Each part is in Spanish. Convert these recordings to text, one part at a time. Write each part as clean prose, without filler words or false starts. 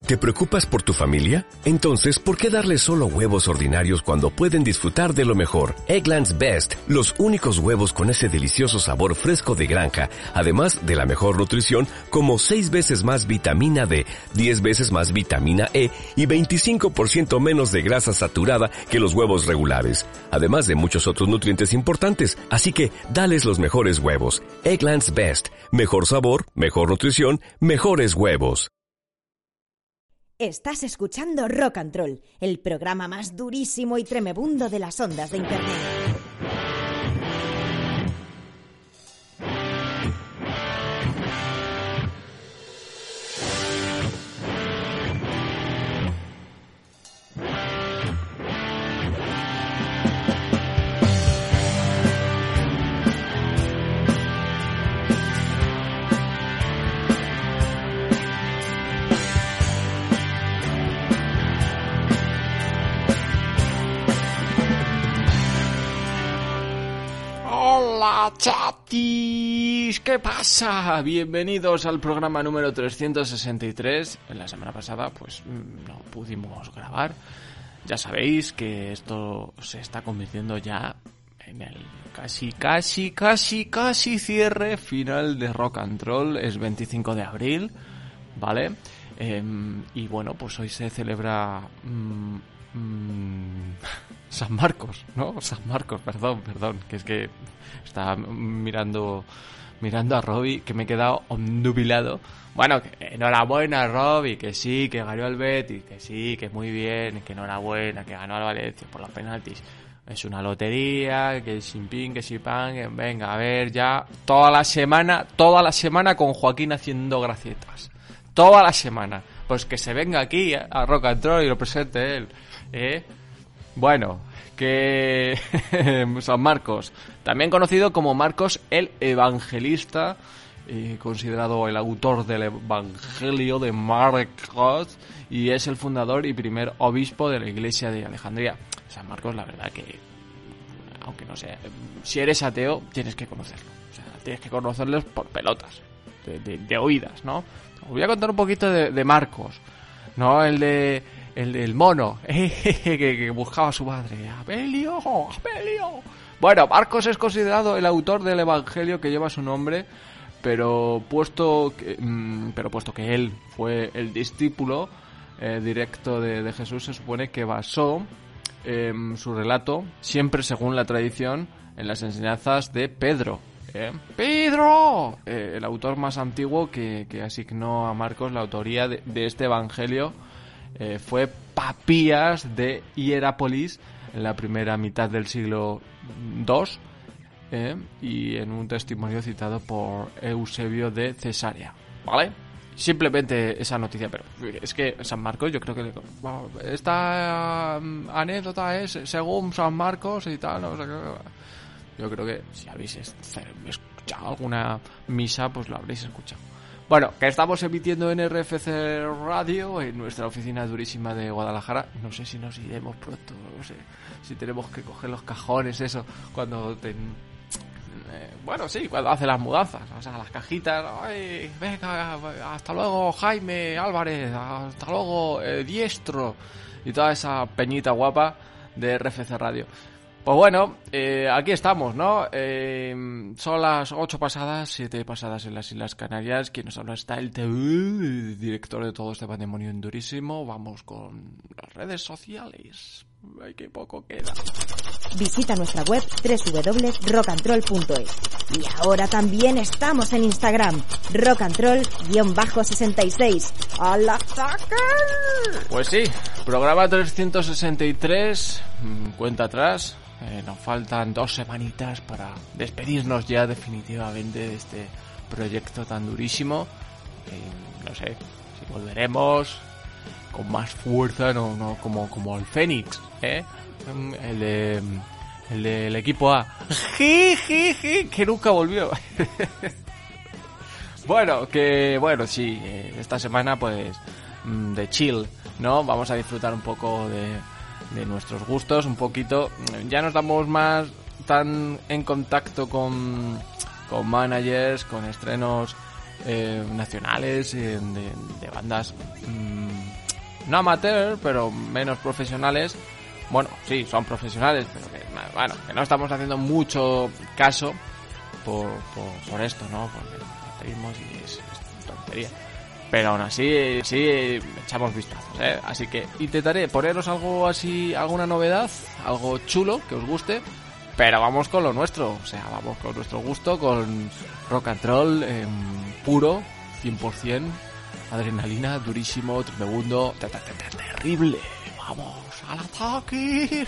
¿Te preocupas por tu familia? Entonces, ¿por qué darles solo huevos ordinarios cuando pueden disfrutar de lo mejor? Eggland's Best, los únicos huevos con ese delicioso sabor fresco de granja, además de la mejor nutrición, como 6 veces más vitamina D, 10 veces más vitamina E y 25% menos de grasa saturada que los huevos regulares, además de muchos otros nutrientes importantes. Así que, dales los mejores huevos. Eggland's Best, mejor sabor, mejor nutrición, mejores huevos. Estás escuchando Rock and Roll, el programa más durísimo y tremebundo de las ondas de Internet. Hola chatis, ¿qué pasa? Bienvenidos al programa número 363. En la semana pasada pues no pudimos grabar. Ya sabéis que esto se está convirtiendo ya en el casi cierre final de Rock and Roll. Es 25 de abril, ¿vale? Y bueno, pues hoy se celebra San Marcos, ¿no? San Marcos, perdón, que es que estaba mirando a Robbie, que me he quedado obnubilado. Bueno, que enhorabuena Robbie, que sí, que ganó el Betis, que sí, que muy bien, que enhorabuena, que ganó al Valencia por los penaltis. Es una lotería, que sin pin, que sin pan, que venga, a ver ya, toda la semana con Joaquín haciendo gracietas. Toda la semana. Pues que se venga aquí a Rock and Roll y lo presente él, Bueno, que San Marcos, también conocido como Marcos el Evangelista, considerado el autor del Evangelio de Marcos, y es el fundador y primer obispo de la iglesia de Alejandría. San Marcos, la verdad que, aunque no sea, si eres ateo, tienes que conocerlo. O sea, tienes que conocerlos por pelotas, de oídas, ¿no? Os voy a contar un poquito de Marcos, ¿no? El del mono, que buscaba a su madre. ¡Abelio! Bueno, Marcos es considerado el autor del evangelio que lleva su nombre, pero puesto que él fue el discípulo directo de Jesús, se supone que basó su relato, siempre según la tradición, en las enseñanzas de Pedro. ¡Pedro! El autor más antiguo que asignó a Marcos la autoría de este evangelio fue Papías de Hierápolis en la primera mitad del siglo II, y en un testimonio citado por Eusebio de Cesarea, ¿vale? Simplemente esa noticia, pero es que San Marcos, yo creo que esta anécdota es según San Marcos y tal, no sé qué. Yo creo que si habéis escuchado alguna misa, pues lo habréis escuchado. Bueno, que estamos emitiendo en RFC Radio, en nuestra oficina durísima de Guadalajara. No sé si nos iremos pronto, no sé si tenemos que coger los cajones, eso, cuando bueno, sí, cuando hace las mudanzas, o sea, las cajitas. Ay, venga, hasta luego Jaime Álvarez, hasta luego Diestro, y toda esa peñita guapa de RFC Radio. Pues bueno, aquí estamos, ¿no? Son las 8 pasadas, 7 pasadas en las Islas Canarias. Quien nos habla está el director de todo este pandemonio durísimo. Vamos con las redes sociales. Ay, qué poco queda. Visita nuestra web www.rockandroll.es. Y ahora también estamos en Instagram, rockandroll_66. ¡Al ataque! Pues sí, programa 363, cuenta atrás. Nos faltan 2 semanitas para despedirnos ya definitivamente de este proyecto tan durísimo. No sé si volveremos con más fuerza, no como el Fénix, el del equipo A, que nunca volvió. Bueno, sí, esta semana pues de chill, ¿no? Vamos a disfrutar un poco de nuestros gustos, un poquito. Ya no estamos más tan en contacto con managers, con estrenos nacionales, de bandas no amateur, pero menos profesionales. Bueno, sí, son profesionales, pero que no estamos haciendo mucho caso por esto, ¿no? Porque lo ateísmo y es tontería. Pero aún así, sí, echamos vistazos, ¿eh? Así que intentaré poneros algo así, alguna novedad, algo chulo que os guste, pero vamos con lo nuestro, o sea, vamos con nuestro gusto, con rock and roll puro, 100%, adrenalina, durísimo, tremebundo, terrible. ¡Vamos al ataque!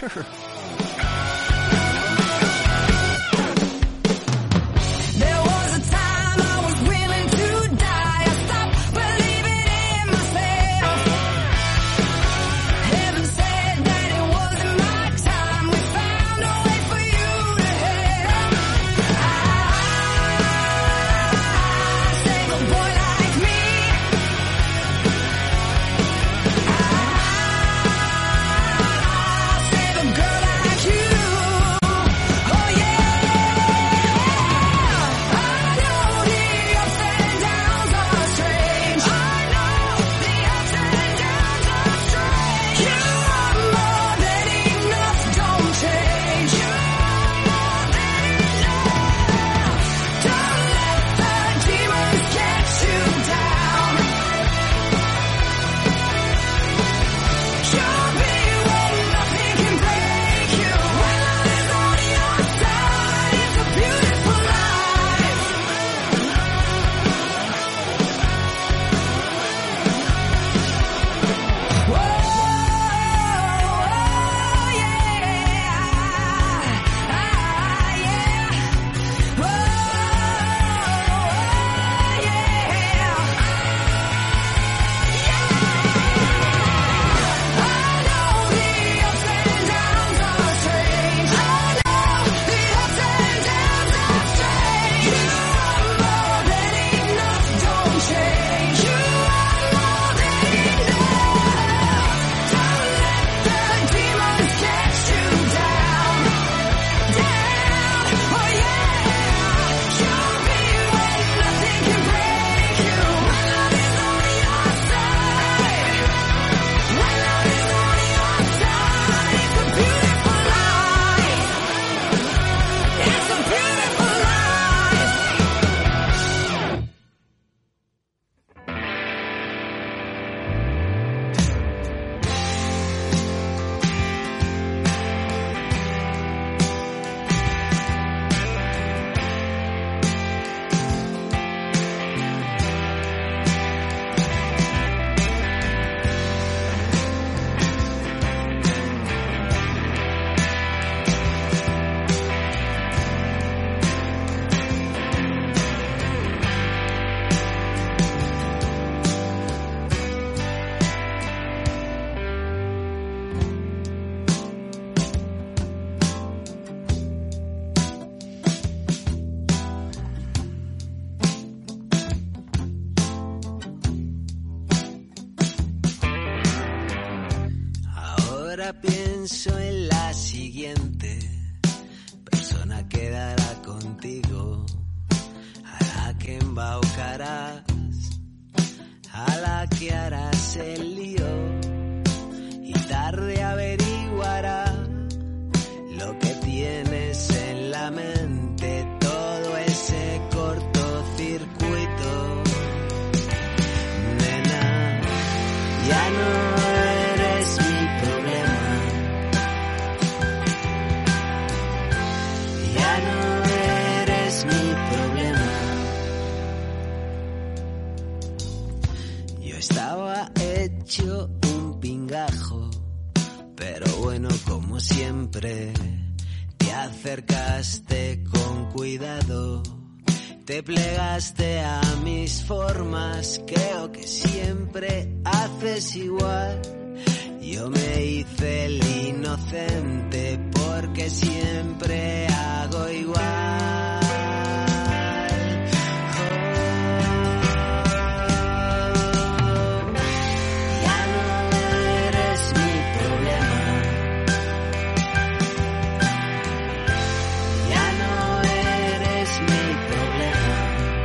Pienso en la siguiente persona que dará contigo, a la que embaucarás, a la que harás el lío y tarde averiguará lo que tienes en la mente, todo ese cortocircuito. Nena, ya no un pingajo, pero bueno, como siempre, te acercaste con cuidado, te plegaste a mis formas, creo que siempre haces igual. Yo me hice el inocente porque siempre hago igual.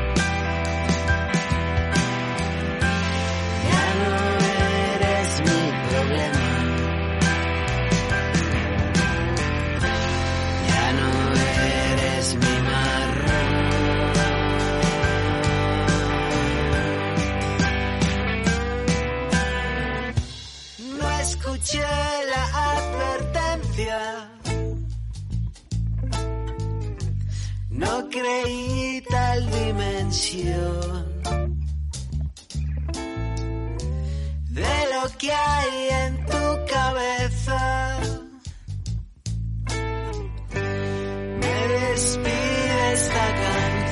Me escuché la advertencia. No creí tal dimensión de lo que hay en tu cabeza. Me despide esta canción.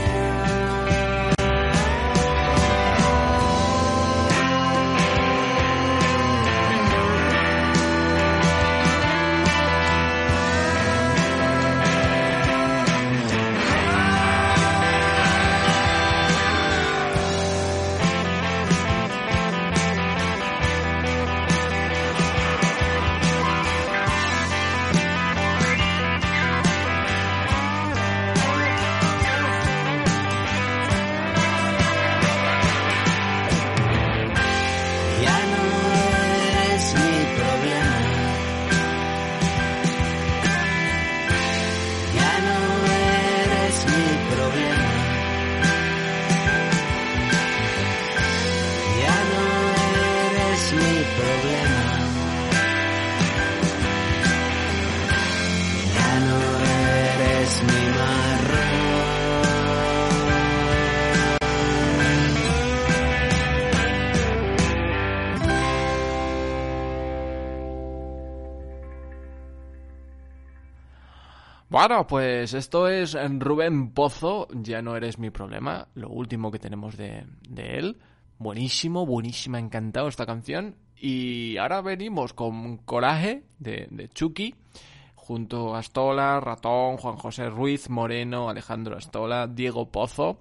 Bueno, pues esto es Rubén Pozo, Ya no eres mi problema, lo último que tenemos de él. Buenísimo, buenísima, encantado esta canción. Y ahora venimos con Coraje de Chucky, junto a Astola, Ratón, Juan José Ruiz, Moreno, Alejandro Astola, Diego Pozo.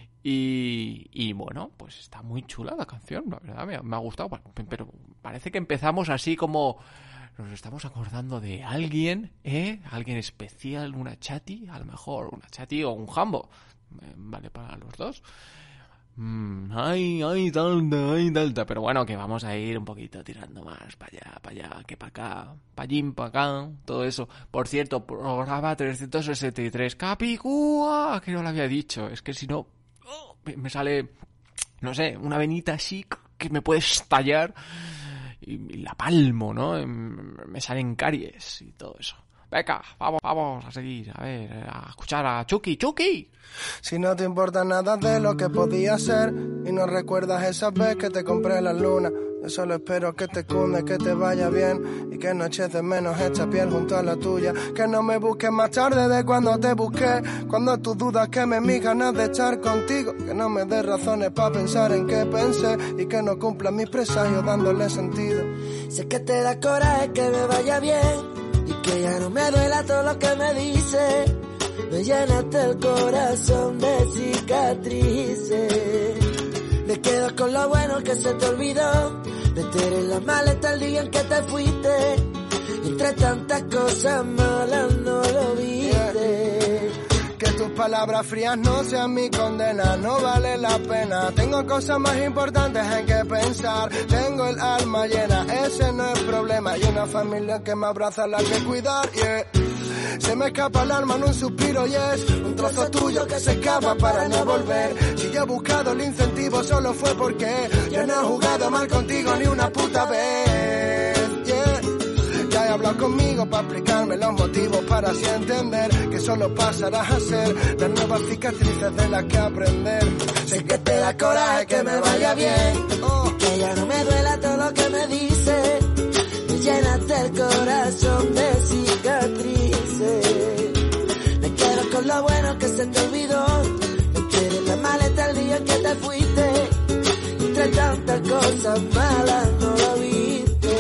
Y bueno, pues está muy chula la canción, la verdad, me ha gustado. Pero parece que empezamos así como... Nos estamos acordando de alguien, alguien especial, una chati, a lo mejor, una chati o un jambo. Vale para los dos. Ay, talta. Pero bueno, que vamos a ir un poquito tirando más para allá, que para acá, para allí, para acá, todo eso. Por cierto, programa 363, Capicúa, que no lo había dicho. Es que si no, me sale, no sé, una venita así que me puede estallar. Y la palmo, ¿no? Me salen caries y todo eso. Venga, vamos a seguir, a ver, a escuchar a Chucky. Si no te importa nada de lo que podía ser y no recuerdas esa vez que te compré la luna, yo solo espero que te cunde, que te vaya bien y que no eches de menos esta piel junto a la tuya. Que no me busques más tarde de cuando te busqué, cuando tú dudas que me mis ganas de estar contigo. Que no me des razones para pensar en qué pensé y que no cumpla mis presagios dándole sentido. Sé que te da coraje que me vaya bien y que ya no me duela todo lo que me dices. Me llenaste el corazón de cicatrices. Me quedo con lo bueno que se te olvidó. Meter en la maleta el día en que te fuiste. Entre tantas cosas malas no lo viste. Que tus palabras frías no sean mi condena, no vale la pena. Tengo cosas más importantes en que pensar. Tengo el alma llena, ese no es problema. Y una familia que me abraza, la que cuidar, yeah. Se me escapa el alma en un suspiro y es un trozo tuyo que se escapa para no volver. Si yo he buscado el incentivo solo fue porque yo no he jugado mal contigo ni una puta vez, yeah. Ya he hablado conmigo para explicarme los motivos, para así entender que solo pasarás a ser las nuevas cicatrices de las que aprender. Sé que te da coraje que me vaya bien y que ya no me duela todo lo que me dices. Me llenaste el corazón de cicatrices. Me quedo con lo bueno que se te olvidó. Meter en la maleta el día en que te fuiste. Entre tantas cosas malas no lo viste.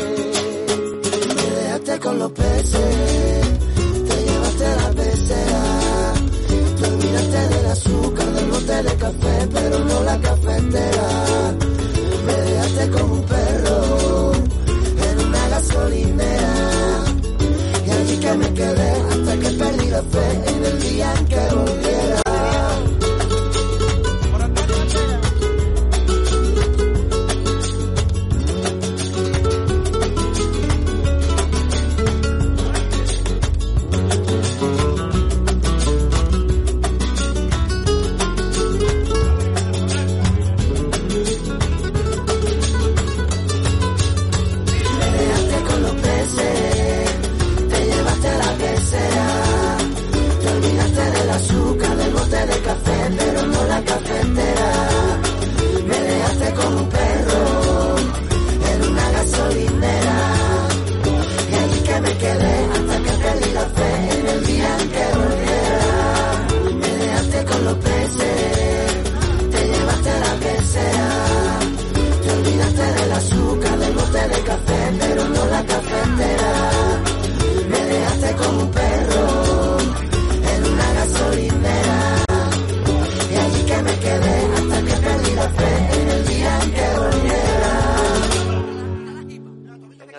Me dejaste con los peces, te llevaste la pecera. Te olvidaste del azúcar, del bote de café, pero no la cafetera. Me dejaste como un perro en una gasolinera. Y allí que me quedé hasta que perdí la fe en el día en que volviera.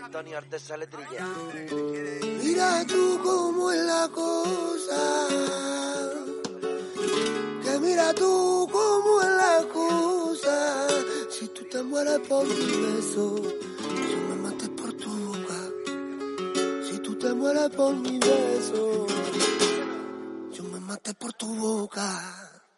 Antonio Artesa Letrilla. Mira tú cómo es la cosa, que mira tú cómo es la cosa. Si tú te mueres por mi beso, yo me maté por tu boca. Si tú te mueres por mi beso, yo me maté por tu boca.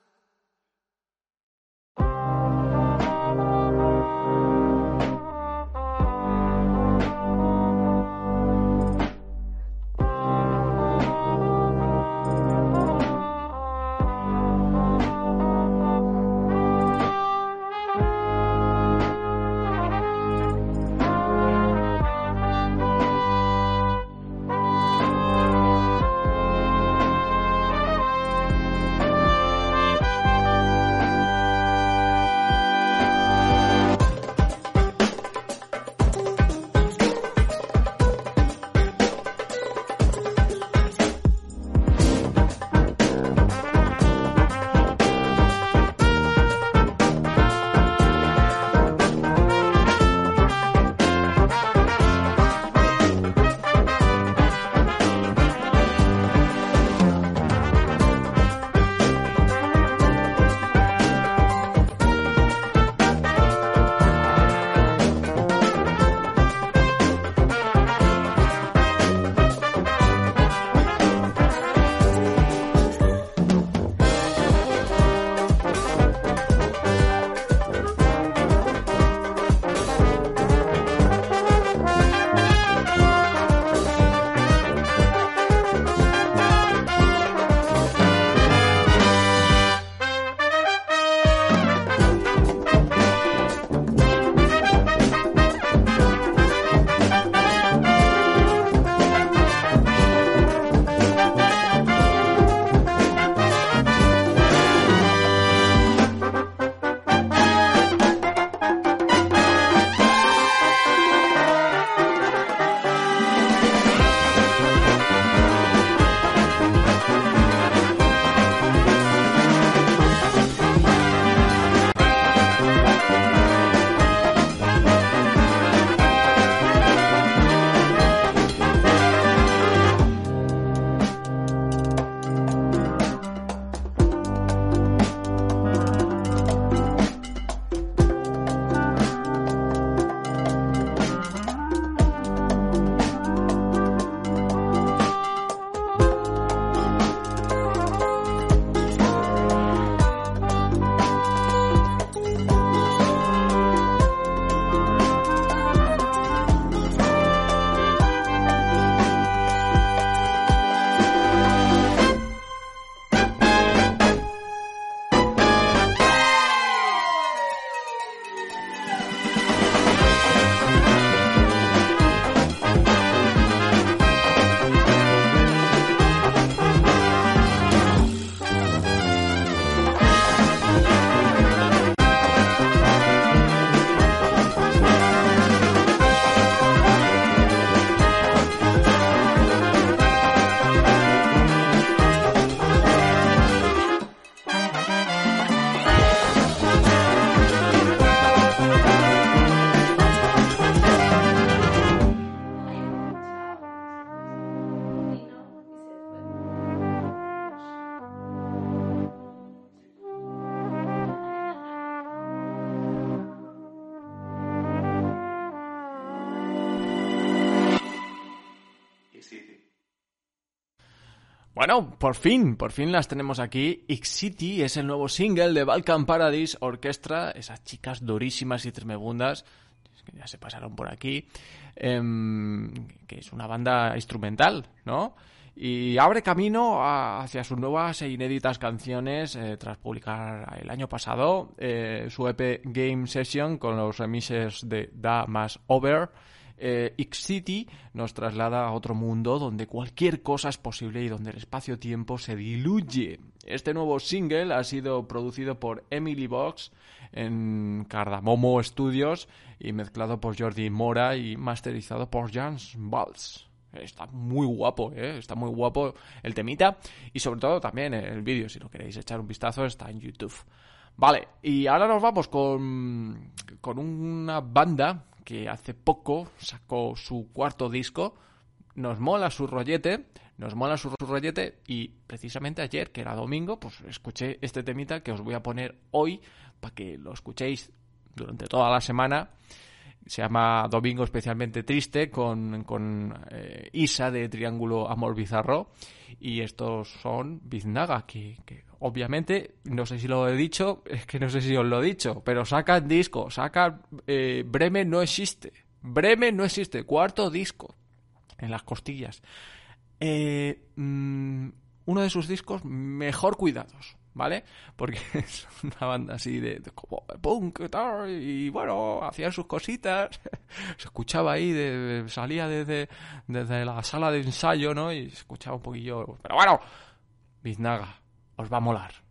Bueno, por fin las tenemos aquí. X-City es el nuevo single de Balkan Paradise Orchestra, esas chicas durísimas y tremebundas que ya se pasaron por aquí, que es una banda instrumental, ¿no? Y abre camino hacia sus nuevas e inéditas canciones tras publicar el año pasado su EP Game Session con los remixes de Da más Over. X-City nos traslada a otro mundo donde cualquier cosa es posible y donde el espacio-tiempo se diluye. Este nuevo single ha sido producido por Emily Box en Cardamomo Studios y mezclado por Jordi Mora y masterizado por Jans Valls. Está muy guapo, está muy guapo el temita y sobre todo también el vídeo, si lo queréis echar un vistazo, está en YouTube. Vale, y ahora nos vamos con una banda que hace poco sacó su cuarto disco. Nos mola su rollete y precisamente ayer, que era domingo, pues escuché este temita que os voy a poner hoy para que lo escuchéis durante toda la semana. Se llama Domingo Especialmente Triste con Isa de Triángulo Amor Bizarro, y estos son Biznaga, que obviamente, no sé si lo he dicho, es que no sé si os lo he dicho, pero sacan disco, Bremen no existe, cuarto disco en las costillas. Uno de sus discos mejor cuidados, ¿vale? Porque es una banda así de como punk y tal, y bueno, hacían sus cositas, se escuchaba ahí, salía desde la sala de ensayo, ¿no? Y se escuchaba un poquillo, pero bueno, Biznaga, os va a molar.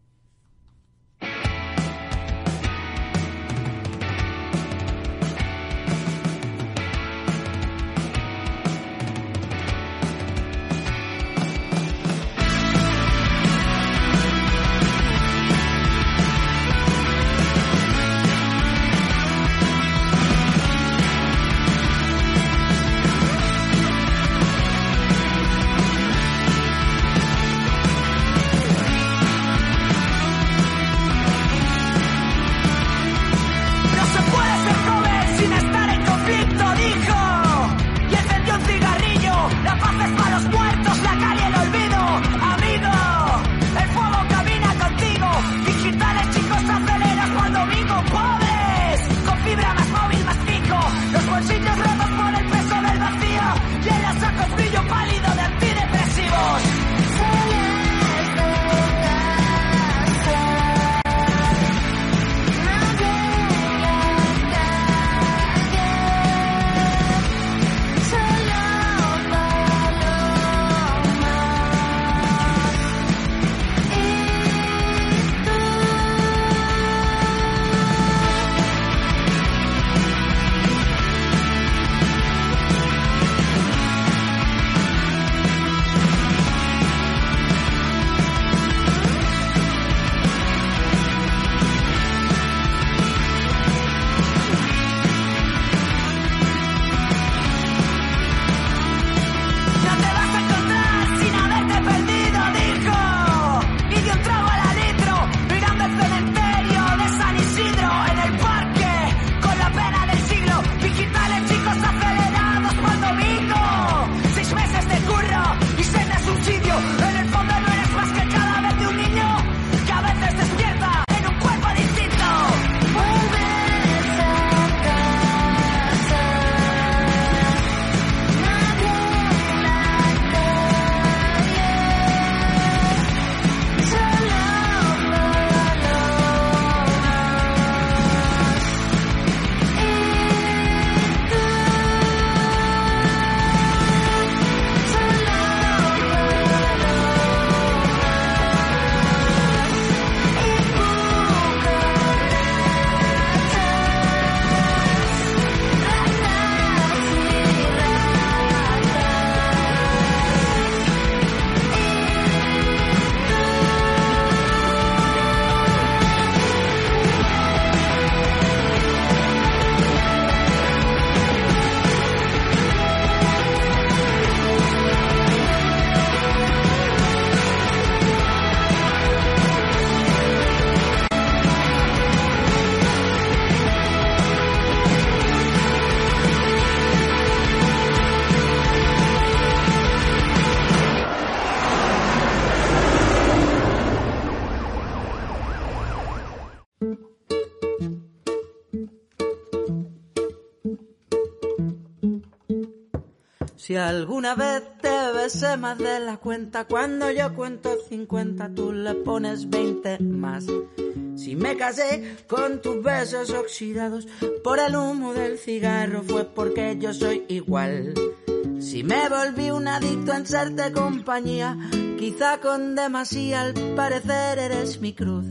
Si alguna vez te besé más de la cuenta, cuando yo cuento 50 tú le pones 20 más. Si me casé con tus besos oxidados por el humo del cigarro fue porque yo soy igual. Si me volví un adicto en serte compañía, quizá con demasía, al parecer eres mi cruz.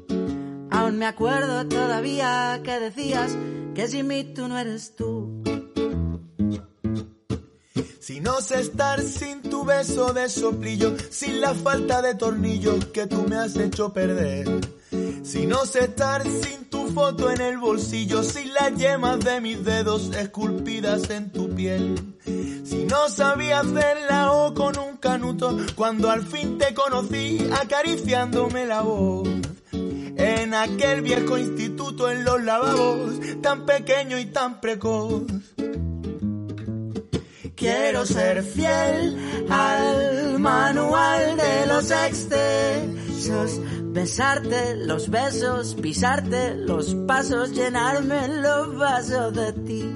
Aún me acuerdo todavía que decías que sin mí tú no eres tú. Si no sé estar sin tu beso de soplillo, sin la falta de tornillo que tú me has hecho perder. Si no sé estar sin tu foto en el bolsillo, sin las yemas de mis dedos esculpidas en tu piel. Si no sabía hacer la O con un canuto, cuando al fin te conocí acariciándome la voz. En aquel viejo instituto en los lavabos, tan pequeño y tan precoz. Quiero ser fiel al manual de los excesos, besarte los besos, pisarte los pasos, llenarme los vasos de ti.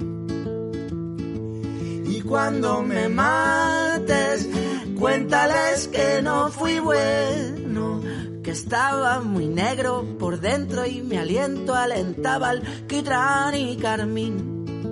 Y cuando me mates, cuéntales que no fui bueno, que estaba muy negro por dentro y mi aliento alentaba alquitrán y carmín.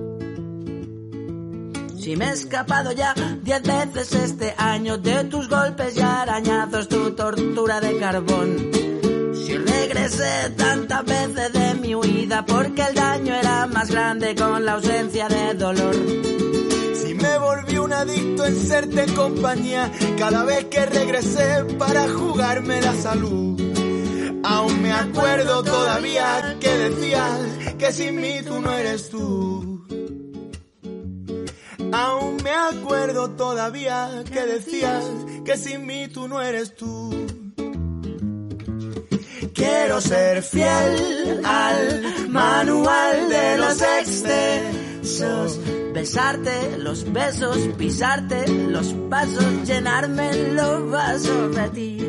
Si me he escapado ya 10 veces este año de tus golpes y arañazos, tu tortura de carbón. Si regresé tantas veces de mi huida porque el daño era más grande con la ausencia de dolor. Si me volví un adicto en serte compañía cada vez que regresé para jugarme la salud. Aún me acuerdo todavía que decías que sin mí tú no eres tú. Aún me acuerdo todavía que decías que sin mí tú no eres tú. Quiero ser fiel al manual de los excesos, besarte los besos, pisarte los pasos, llenarme los vasos de ti.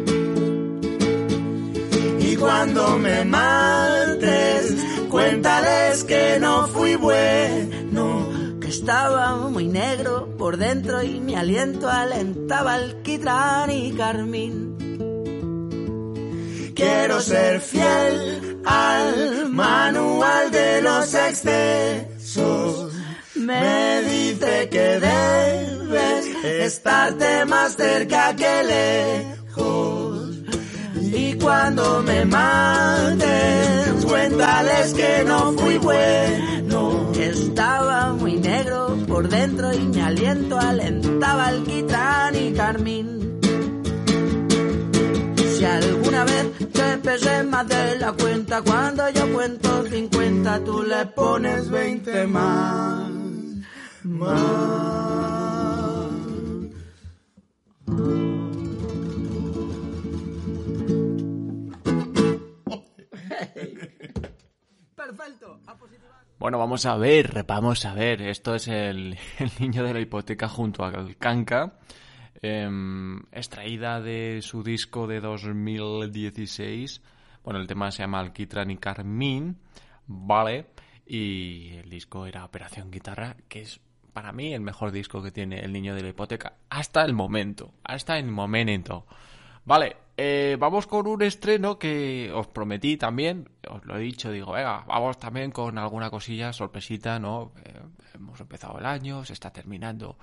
Y cuando me mates, cuéntales que no fui bueno, estaba muy negro por dentro y mi aliento alentaba alquitrán y carmín. Quiero ser fiel al manual de los excesos. Me dice que debes estarte más cerca que lejos. Y cuando me mates, cuéntales que no fui bueno, que estaba muy negro por dentro y mi aliento alentaba alquitrán y carmín. Si alguna vez te pesé más de la cuenta, cuando yo cuento 50 tú le pones 20 más. Perfecto. Bueno, vamos a ver. Esto es el niño de la hipoteca junto al Kanka. Extraída de su disco de 2016. Bueno, el tema se llama Alquitrán y Carmín, ¿vale? Y el disco era Operación Guitarra, que es para mí el mejor disco que tiene el niño de la hipoteca hasta el momento. Vale, vamos con un estreno que os prometí también, os lo he dicho, digo, venga, vamos también con alguna cosilla, sorpresita, ¿no? Hemos empezado el año, se está terminando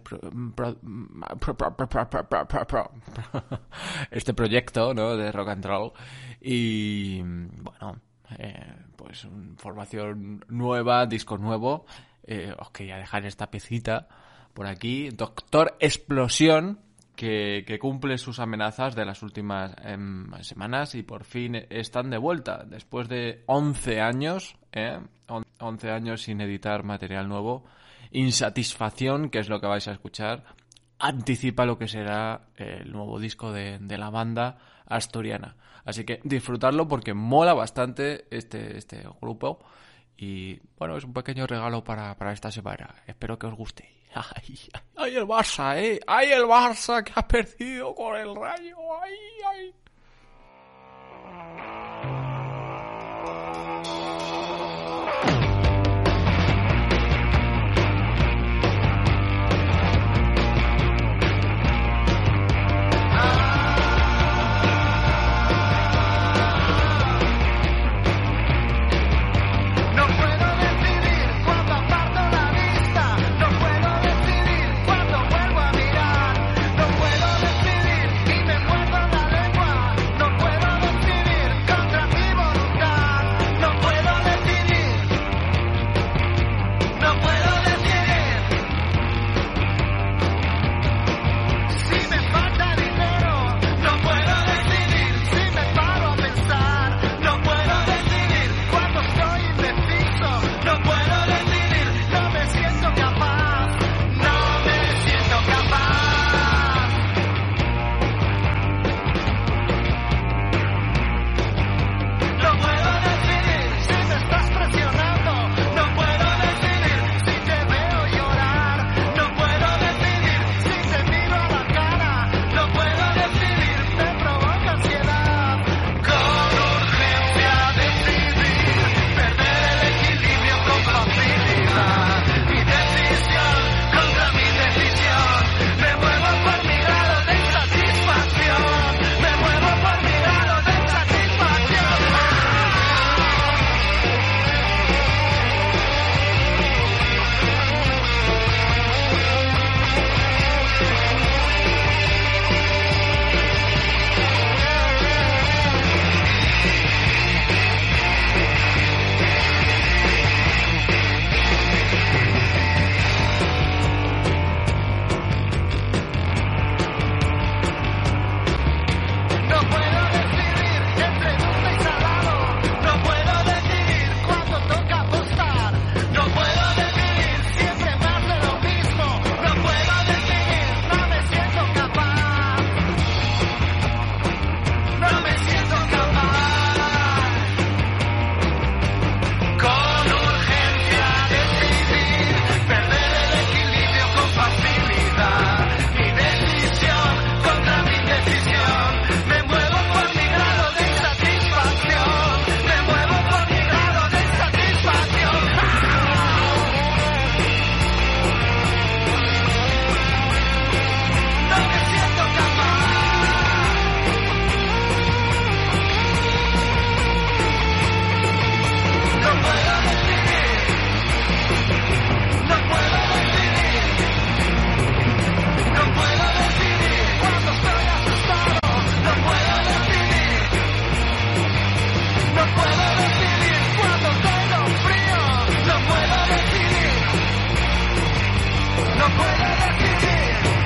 este proyecto, ¿no? De rock and roll. Y bueno, pues formación nueva, disco nuevo. Os quería dejar esta piecita por aquí. Doctor Explosión, que cumple sus amenazas de las últimas semanas y por fin están de vuelta después de 11 años, 11 años sin editar material nuevo. Insatisfacción, que es lo que vais a escuchar, anticipa lo que será el nuevo disco de la banda asturiana. Así que disfrutarlo porque mola bastante este grupo. Y bueno, es un pequeño regalo para esta semana. Espero que os guste. ¡Ay, el Barça, ¡Ay, el Barça que ha perdido con el Rayo! ¡Ay! Cuando vuelvo a mirar, no puedo decidir y me muerdo la lengua. no puede resistir.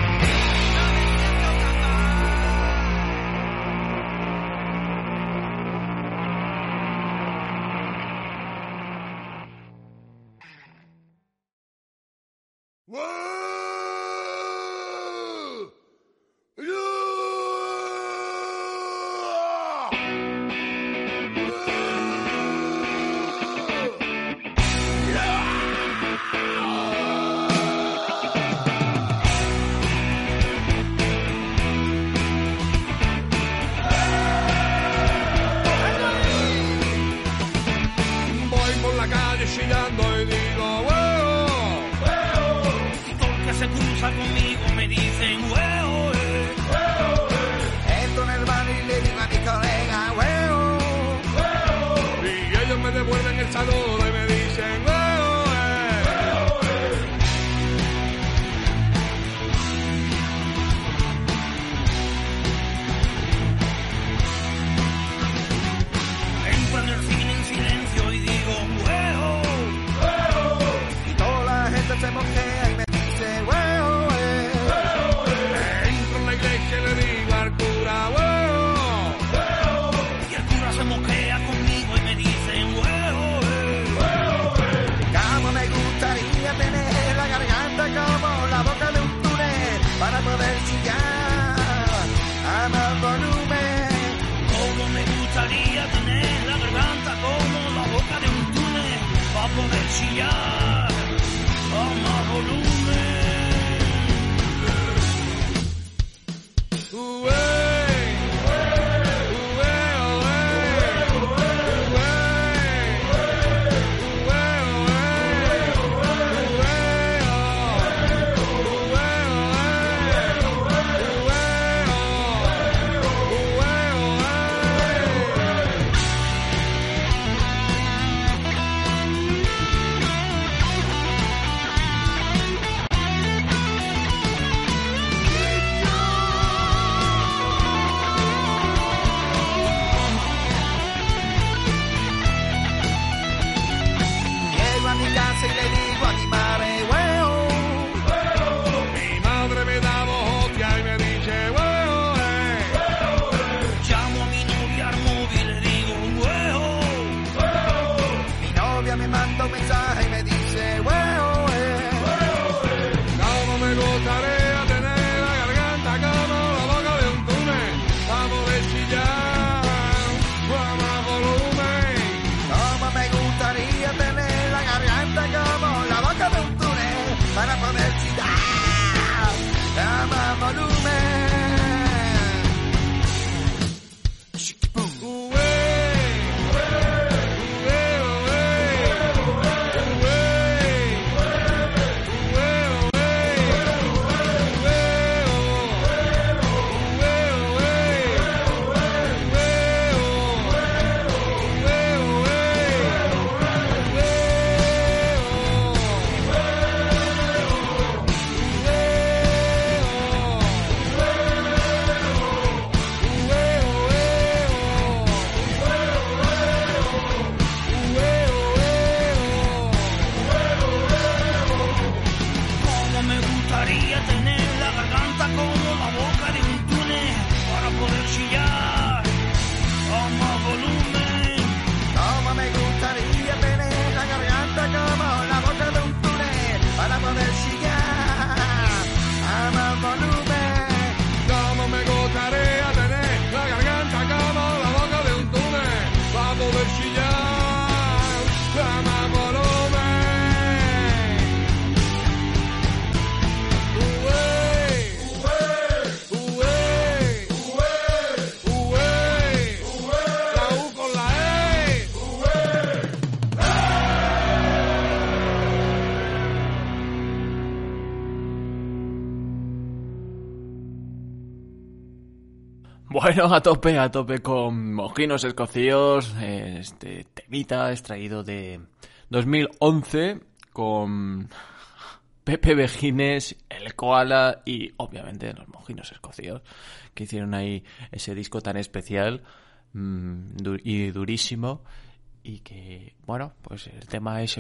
Bueno, a tope con Mojinos Escocíos, este temita extraído de 2011 con Pepe Vejines, El Koala y obviamente los Mojinos Escocíos, que hicieron ahí ese disco tan especial y durísimo. y que, bueno, pues el tema ese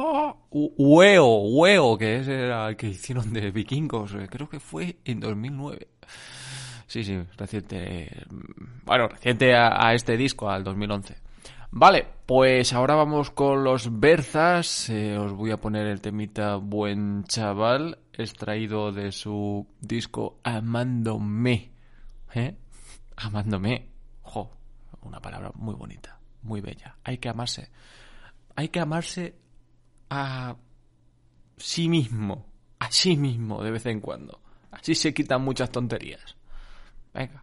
Hueo, que es el que hicieron de Vikingos, creo que fue en 2009. Sí, reciente a este disco, al 2011. Vale, pues ahora vamos con los Berzas. Os voy a poner el temita Buen Chaval, extraído de su disco Amándome. Amándome. Jo, una palabra muy bonita, muy bella. Hay que amarse. Hay que amarse a sí mismo de vez en cuando. Así se quitan muchas tonterías. Venga.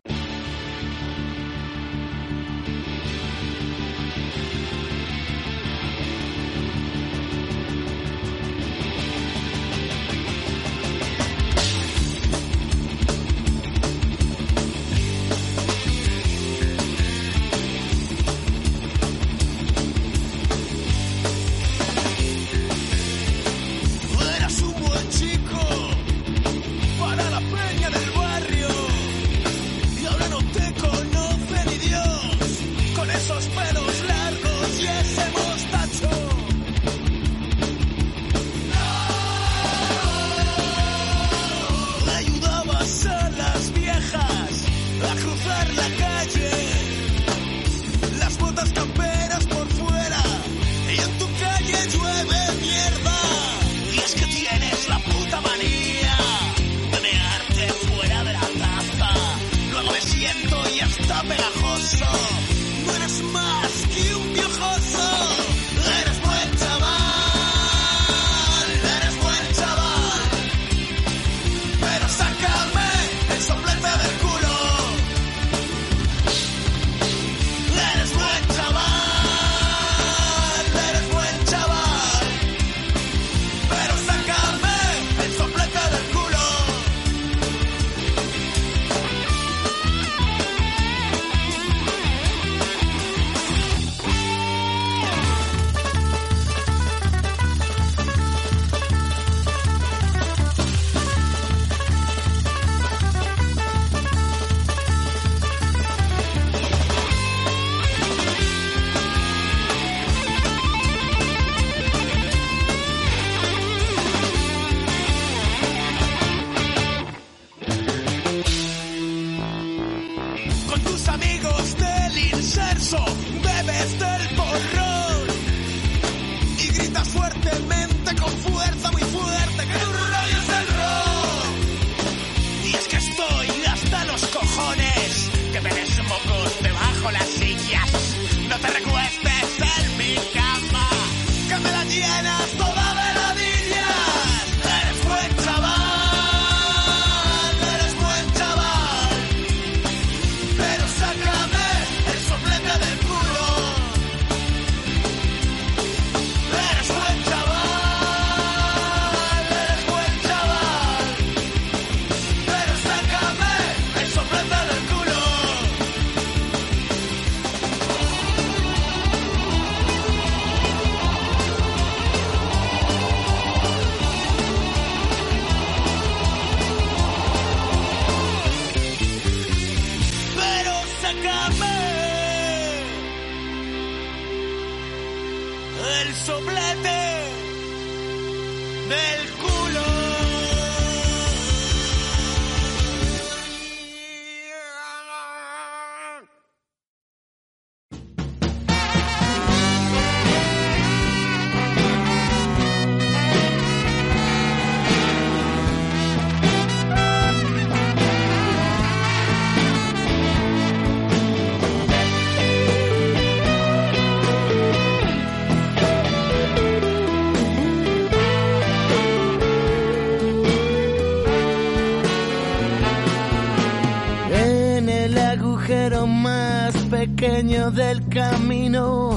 Pequeño del camino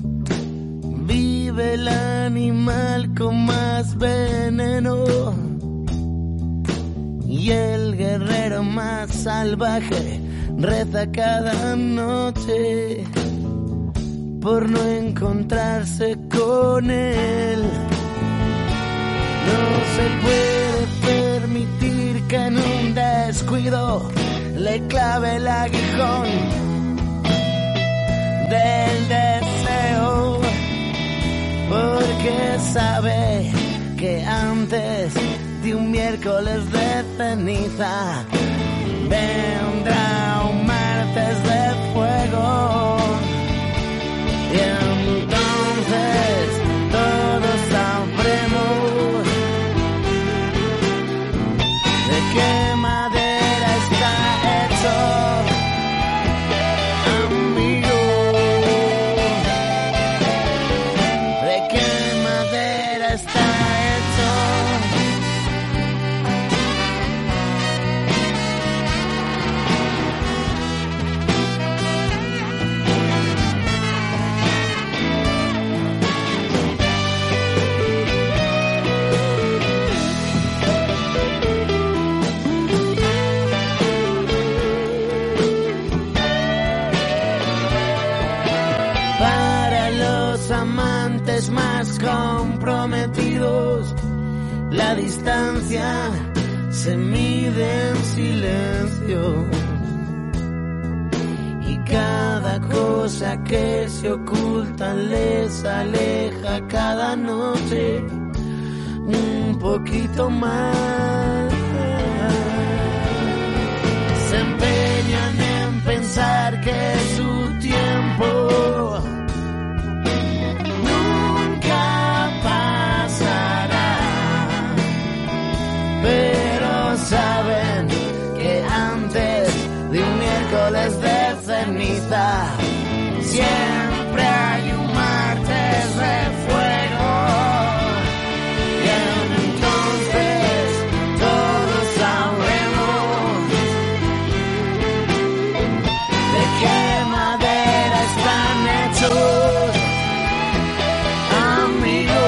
vive el animal con más veneno y el guerrero más salvaje reza cada noche por no encontrarse con él. No se puede permitir que en un descuido le clave el aguijón del deseo. porque sabe que antes de un miércoles de ceniza vendrá un martes de fuego. Y entonces todos sabremos de qué madera está hecho, amigo, de qué madera está hecho. Amantes más comprometidos, la distancia se mide en silencio y cada cosa que se oculta les aleja cada noche un poquito más. Se empeñan en pensar que su tiempo pero saben que antes de un miércoles de ceniza siempre hay un martes de fuego. Y entonces todos sabremos de qué madera están hechos, amigo.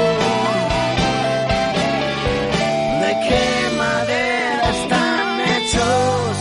¿Qué madera están hechos?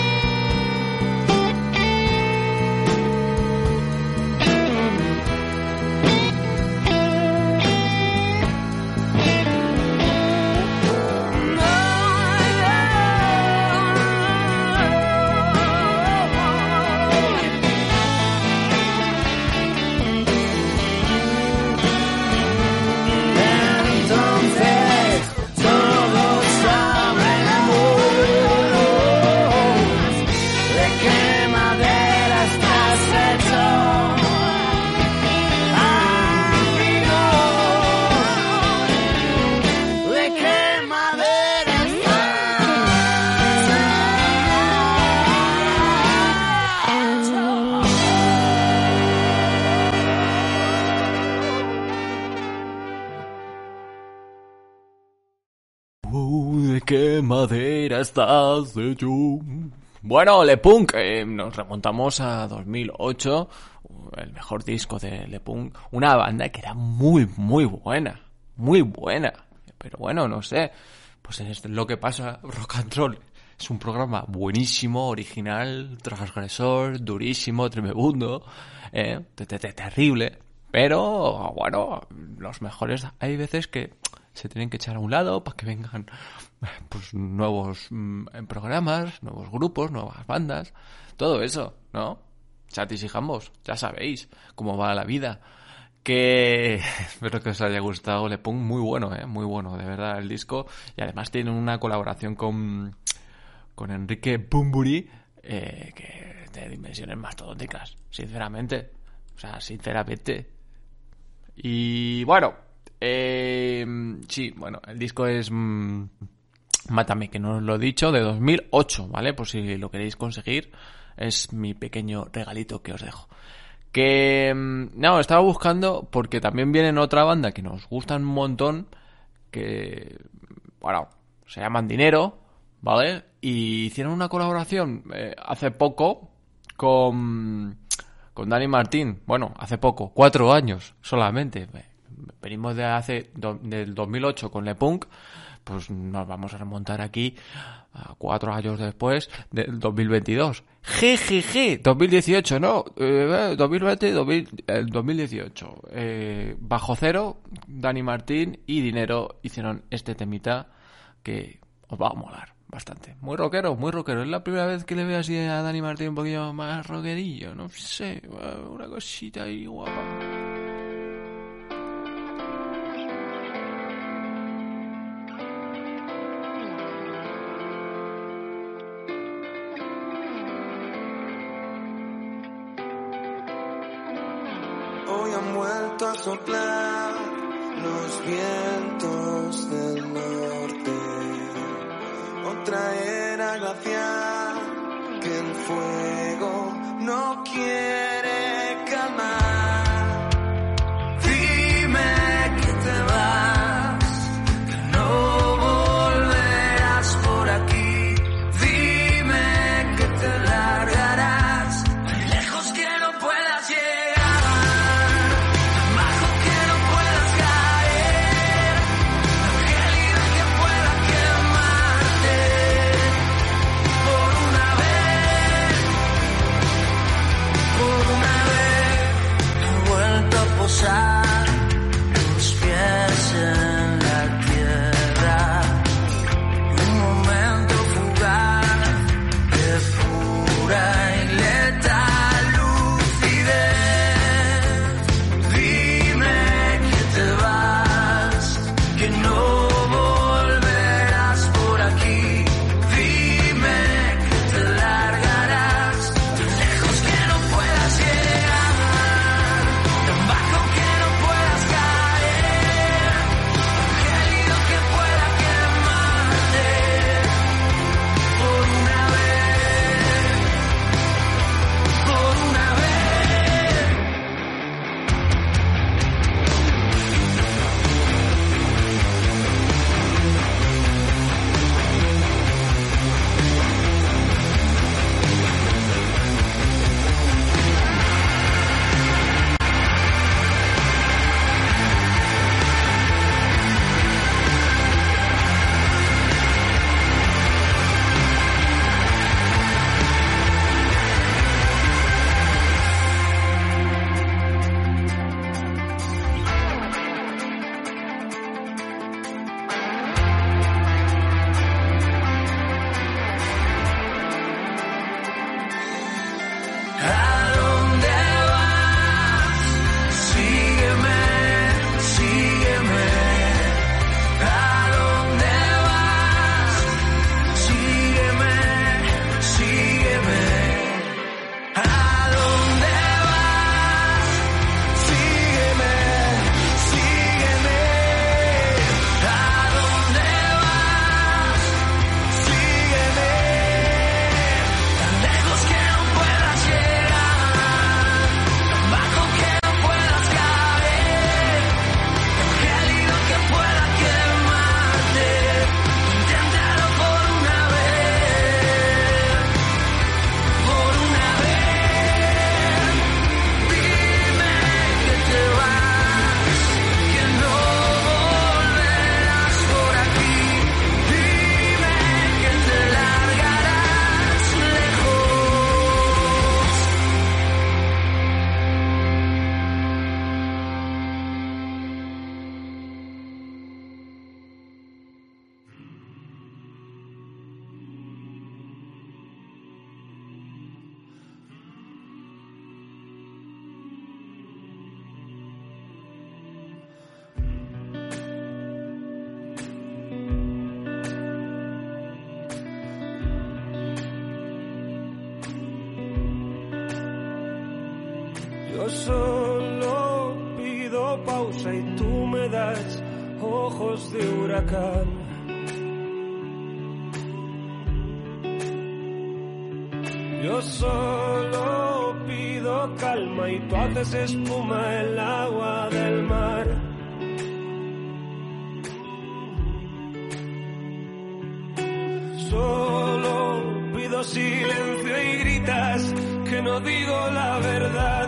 ¿De qué madera estás hecho? Bueno, Le Punk, nos remontamos a 2008, el mejor disco de Le Punk, una banda que era muy buena, pero bueno, no sé, pues es lo que pasa. Rock and Roll es un programa buenísimo, original, transgresor, durísimo, tremebundo, terrible, pero bueno, los mejores hay veces que se tienen que echar a un lado para que vengan pues nuevos programas, nuevos grupos, nuevas bandas, todo eso, ¿no? Chatis y jambos, ya sabéis cómo va la vida. Que espero que os haya gustado Le Punk, muy bueno, muy bueno, de verdad, el disco. Y además tiene una colaboración con Enrique Bunbury, que de dimensiones mastodónticas, sinceramente. O sea, sinceramente. Y bueno, sí, bueno, el disco es Mátame, que no os lo he dicho, de 2008, ¿vale? Por si lo queréis conseguir, es mi pequeño regalito que os dejo. Que, no, estaba buscando porque también vienen otra banda que nos gustan un montón, que, bueno, se llaman Dinero, ¿vale? Y hicieron una colaboración hace poco con Dani Martín. Bueno, hace poco, 4 años solamente. Venimos del 2008 con Le Punk, pues nos vamos a remontar aquí a 4 años después del 2022. Jejeje, 2018, no, 2020, 2018. Bajo Cero, Dani Martín y Dinero hicieron este temita que os va a molar bastante. Muy rockero, muy rockero. Es la primera vez que le veo así a Dani Martín un poquillo más rockerillo, no sé, una cosita ahí guapa. vuelto a soplar los vientos del norte. Otra era glacial que el fuego no quiere calmar. Dime que te vas, que no volverás por aquí. Dime que te largarás, tan lejos que no puedas llegar, tan bajo que no puedas caer, tan gélido que pueda quemarte. Por una vez he vuelto a posar los pies en la tierra. Un momento fugaz de pura y letal lucidez. Dime que te vas, que no volverás por aquí. Dime que te largarás, tan lejos que no puedas llegar, tan bajo que no puedas caer, tan gélido que pueda quemarte. Por una vez, por una vez. ¿A dónde vas? Sígueme, sígueme. ¿A dónde vas? Sígueme, sígueme. ¿A dónde vas? Sígueme, sígueme. ¿A dónde vas? Sígueme. Tan lejos que no puedas llegar, tan bajo que no puedas caer, tan gélido que pueda quemarte. Inténtalo por una vez, por una vez. Dime que te vas, que no volverás por aquí. Dime que te largarás lejos. Yo solo pido pausa y tú me das ojos de huracán. Yo solo pido calma y tú haces espuma el agua del mar. Solo pido silencio y gritas que no digo la verdad.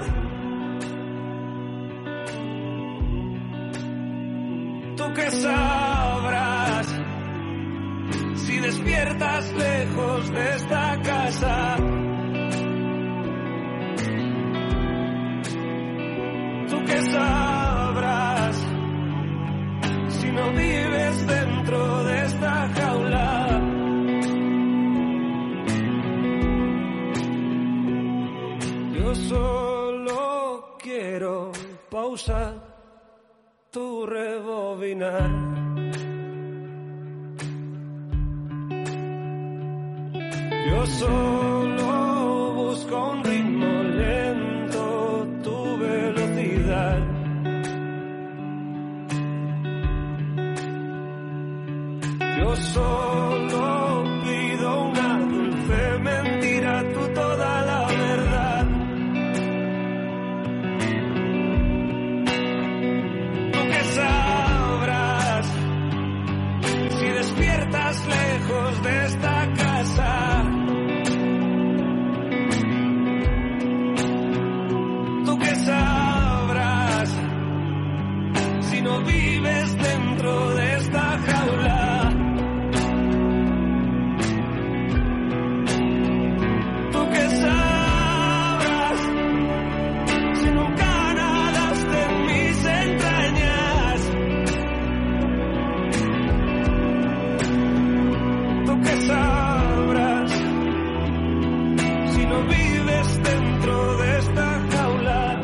Tú que sabrás si despiertas lejos de esta casa. Tú que sabrás si no vives dentro de esta jaula. Yo solo quiero pausa, tu rebobinar. Yo solo busco un ritmo lento, tu velocidad. solo pido una dulce mentira, tú toda la verdad. Tú que sabrás si despiertas lejos de esta casa. Tú que sabrás si no vives dentro de esta jaula. Tú que sabrás si nunca nadaste en mis entrañas. Tú que sabrás si no vives dentro de esta jaula.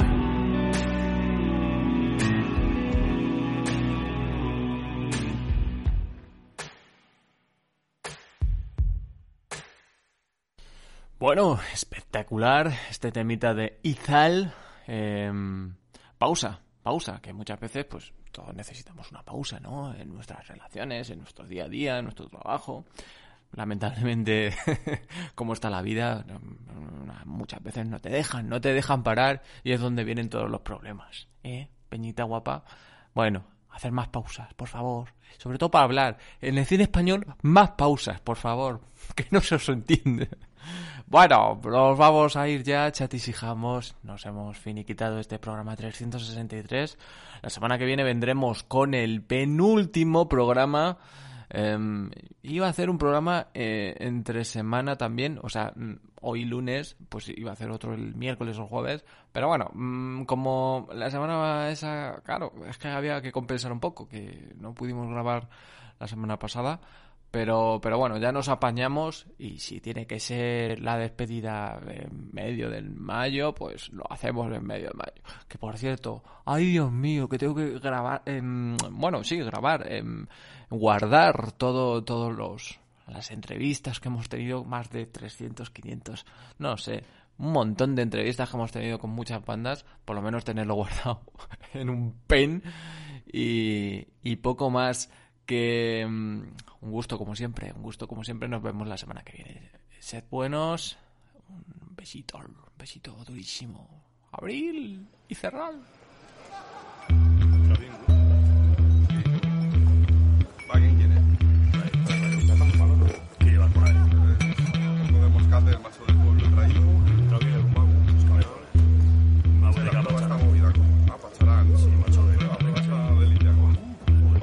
Bueno, espectacular este temita de Izal. Pausa, que muchas veces pues todos necesitamos una pausa, ¿no? En nuestras relaciones, en nuestro día a día, en nuestro trabajo. Lamentablemente, como está la vida, muchas veces no te dejan parar y es donde vienen todos los problemas, Peñita guapa? Bueno, hacer más pausas, por favor. Sobre todo para hablar. En el cine español, más pausas, por favor. Que no se os entiende. Bueno, nos vamos a ir ya, chatis y jamos. Nos hemos finiquitado este programa 363. La semana que viene vendremos con el penúltimo programa. Iba a hacer un programa entre semana también. O sea, hoy lunes, pues iba a hacer otro el miércoles o el jueves. Pero bueno, como la semana esa, claro, es que había que compensar un poco, que no pudimos grabar la semana pasada. Pero bueno, ya nos apañamos y si tiene que ser la despedida en medio del mayo, pues lo hacemos en medio de mayo. Que por cierto, ay Dios mío, que tengo que grabar, guardar todos las entrevistas que hemos tenido, más de 300, 500, no sé, un montón de entrevistas que hemos tenido con muchas bandas, por lo menos tenerlo guardado en un pen y poco más. Que un gusto como siempre, nos vemos la semana que viene. Sed buenos, un besito durísimo. Abril y cerrar. ¿Quién quiere? ¿Qué llevas por ahí? Uno de moscate, el mazo del pueblo traído. También el mago, los camiones. Una bodega para esta movida con pacharán. Sí, macho de delicia con...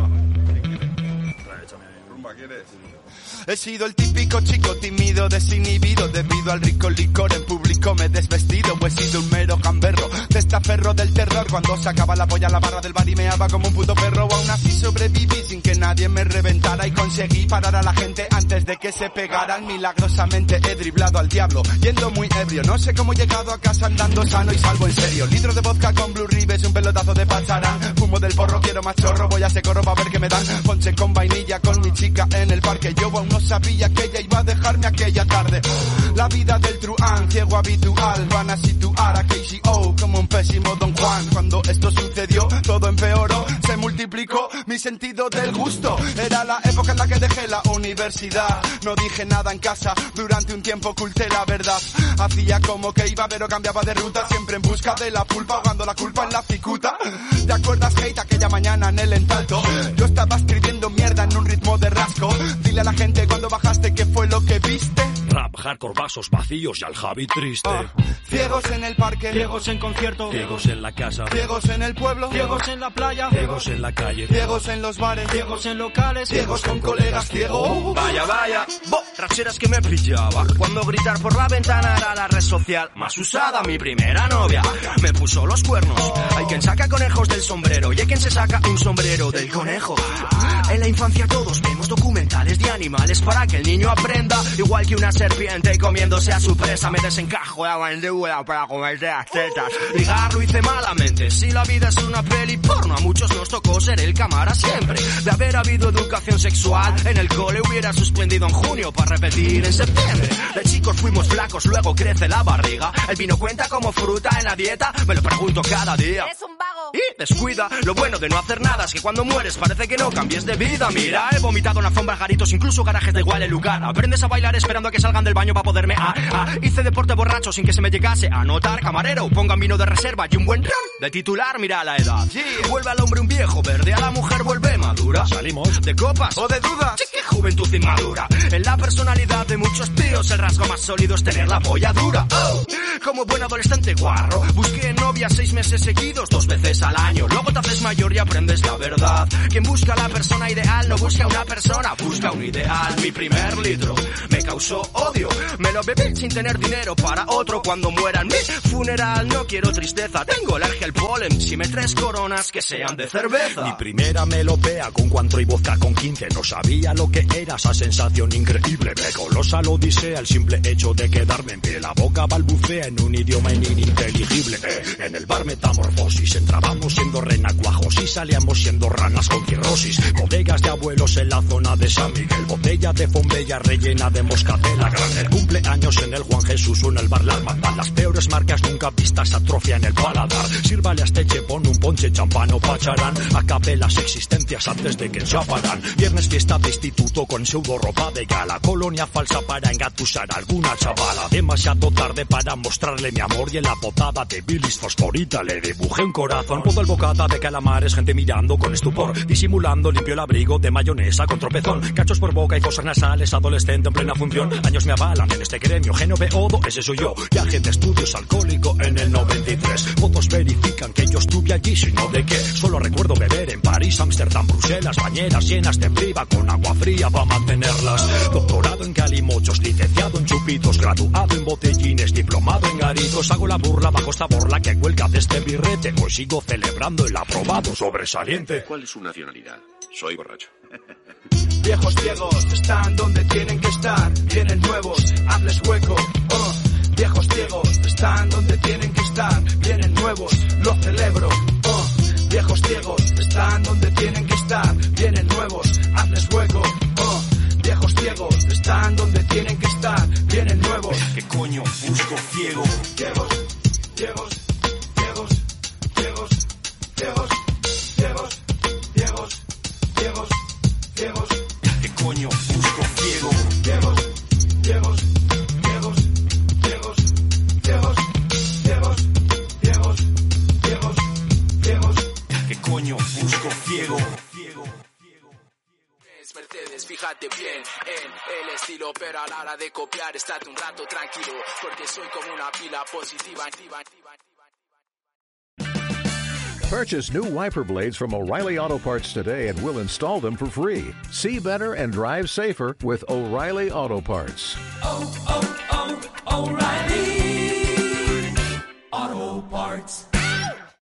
¿Quieres? He sido el típico chico tímido, desinhibido, debido al rico licor en público me he desvestido, o he sido un mero gamberro, testaferro del terror, cuando sacaba la polla a la barra del bar y meaba como un puto perro, aún así sobreviví sin que nadie me reventara y conseguí parar a la gente antes de que se pegaran, milagrosamente he driblado al diablo, yendo muy ebrio, no sé cómo he llegado a casa andando sano y salvo en serio, litro de vodka con Blue Ribes, un pelotazo de pacharán, fumo del porro, quiero más chorro, voy a ese corro para ver qué me dan, ponche con vainilla con mi chica en el parque, yo aún no sabía que ella iba a dejarme aquella tarde. La vida del truán, ciego habitual, van a situar a KCO como un pésimo Don Juan. Cuando esto sucedió, todo empeoró, se multiplicó mi sentido del gusto. Era la época en la que dejé la universidad. No dije nada en casa, durante un tiempo oculté la verdad. Hacía como que iba pero cambiaba de ruta, siempre en busca de la pulpa, ahogando la culpa en la cicuta. ¿Te acuerdas, hate, aquella mañana en el Entalto? Yo estaba escribiendo mierda en un ritmo de rasco. Dile a la gente cuando bajaste qué fue lo que viste. Rap, hardcore, vasos vacíos y al Javi triste. Ciegos en el parque, ciegos en concierto, ciegos en la casa, ciegos en el pueblo, ciegos en la playa, ciegos en la calle, ciegos en los bares, ciegos en locales, ciegos con colegas ciegos. Vaya, tracheras que me brillaba cuando gritar por la ventana era la red social más usada. Mi primera novia me puso los cuernos. Hay quien saca conejos del sombrero y hay quien se saca un sombrero del conejo. En la infancia todos vemos documentales de animales para que el niño aprenda. Igual que una serpiente comiéndose a su presa, me desencajo de la mandíbula para comerse las tetas. Ligar lo hice malamente. Si la vida es una peli porno, a muchos nos tocó ser el cámara siempre. De haber habido educación sexual en el cole hubiera suspendido en junio para repetir en septiembre. De chicos fuimos flacos, luego crece la barriga. El vino cuenta como fruta en la dieta, me lo pregunto cada día. Eres un vago. Y descuida, lo bueno de no hacer nada es que cuando mueres parece que no cambies de vida. Mira, he vomitado en alfombras, garitos, incluso garajes de igual lugar. Aprendes a bailar esperando a que salgan del baño para poderme hice deporte borracho sin que se me llegase a notar. Camarero, pongan vino de reserva y un buen ron de titular, mira la edad. Vuelve al hombre un viejo verde, a la mujer vuelve madura. Salimos de copas o de dudas. Qué juventud inmadura. En la personalidad de muchos tíos el rasgo más sólido es tener la polla dura. Como buen adolescente guarro, busqué novia 6 meses seguidos, 2 veces al año. Luego te haces mayor y aprendes la verdad. Quien busca la persona ideal no busca una persona, busca un ideal. Mi primer litro me causó odio, me lo bebí sin tener dinero para otro. Cuando muera en mi funeral no quiero tristeza, tengo alergia al polen. Si me traes coronas que sean de cerveza. Mi primera melopea con cuantro y vodka con 15. No sabía lo que era esa sensación increíble. Me colosa la odisea el simple hecho de quedarme en pie. La boca balbucea en un idioma ininteligible. En el bar metamorfosis entrábamos siendo renacuajos y salíamos siendo ranas con cirrosis. Bodegas de abuelos en la zona de San Miguel. Botella de fombella rellena de moscatela. Grande cumpleaños en el Juan Jesús o en el bar La Hermandad. Las peores marcas nunca vistas atrofian el paladar. Sírvale a este chepón un ponche, champán o pacharán. Acabe las existencias antes de que enchaparán. Viernes fiesta de instituto con pseudo ropa de gala. Colonia falsa para engatusar a alguna chavala. Demasiado tarde para mostrarle mi amor y en la botada de bilis fosforita le dibujé un corazón. Todo el bocata de calamares, gente mirando con estupor. Disimulando limpio el abrigo de mayonesa con tropezón. Cachos por boca y fosas nasales, adolescente en plena función. Años me avalan en este gremio, Genoveodo, ese soy yo. Viaje de estudios alcohólico en el 93. Fotos verifican que yo estuve allí, sino de qué. Solo recuerdo beber en París, Ámsterdam, Bruselas, bañeras llenas de priva con agua fría para mantenerlas. Doctorado en calimochos, licenciado en chupitos, graduado en botellines, diplomado en garitos. Hago la burla bajo esta borla que cuelga de este birrete. Hoy sigo celebrando el aprobado sobresaliente. ¿Cuál es su nacionalidad? Soy borracho. Viejos ciegos están donde tienen que estar. Vienen nuevos, hazles hueco. Viejos ciegos están donde tienen que estar. Vienen nuevos, lo celebro. Viejos ciegos están donde tienen que estar. Vienen nuevos, hazles hueco. Viejos ciegos están donde tienen que estar. Vienen nuevos. ¿Qué coño busco ciego? Ciegos, ciegos, ciegos, ciegos, ciegos, ciegos, ciegos, ciegos, ciegos. ¿Qué coño busco ciego? Ciegos, ciegos, ciegos, ciegos, ciegos, ciegos, ciegos, ciegos, ciegos. ¿Qué coño busco ciego? Mercedes, fíjate bien en el estilo, pero a la hora de copiar estate un rato tranquilo, porque soy como una pila positiva. Purchase new wiper blades from O'Reilly Auto Parts today and we'll install them for free. See better and drive safer with O'Reilly Auto Parts. O'Reilly Auto Parts.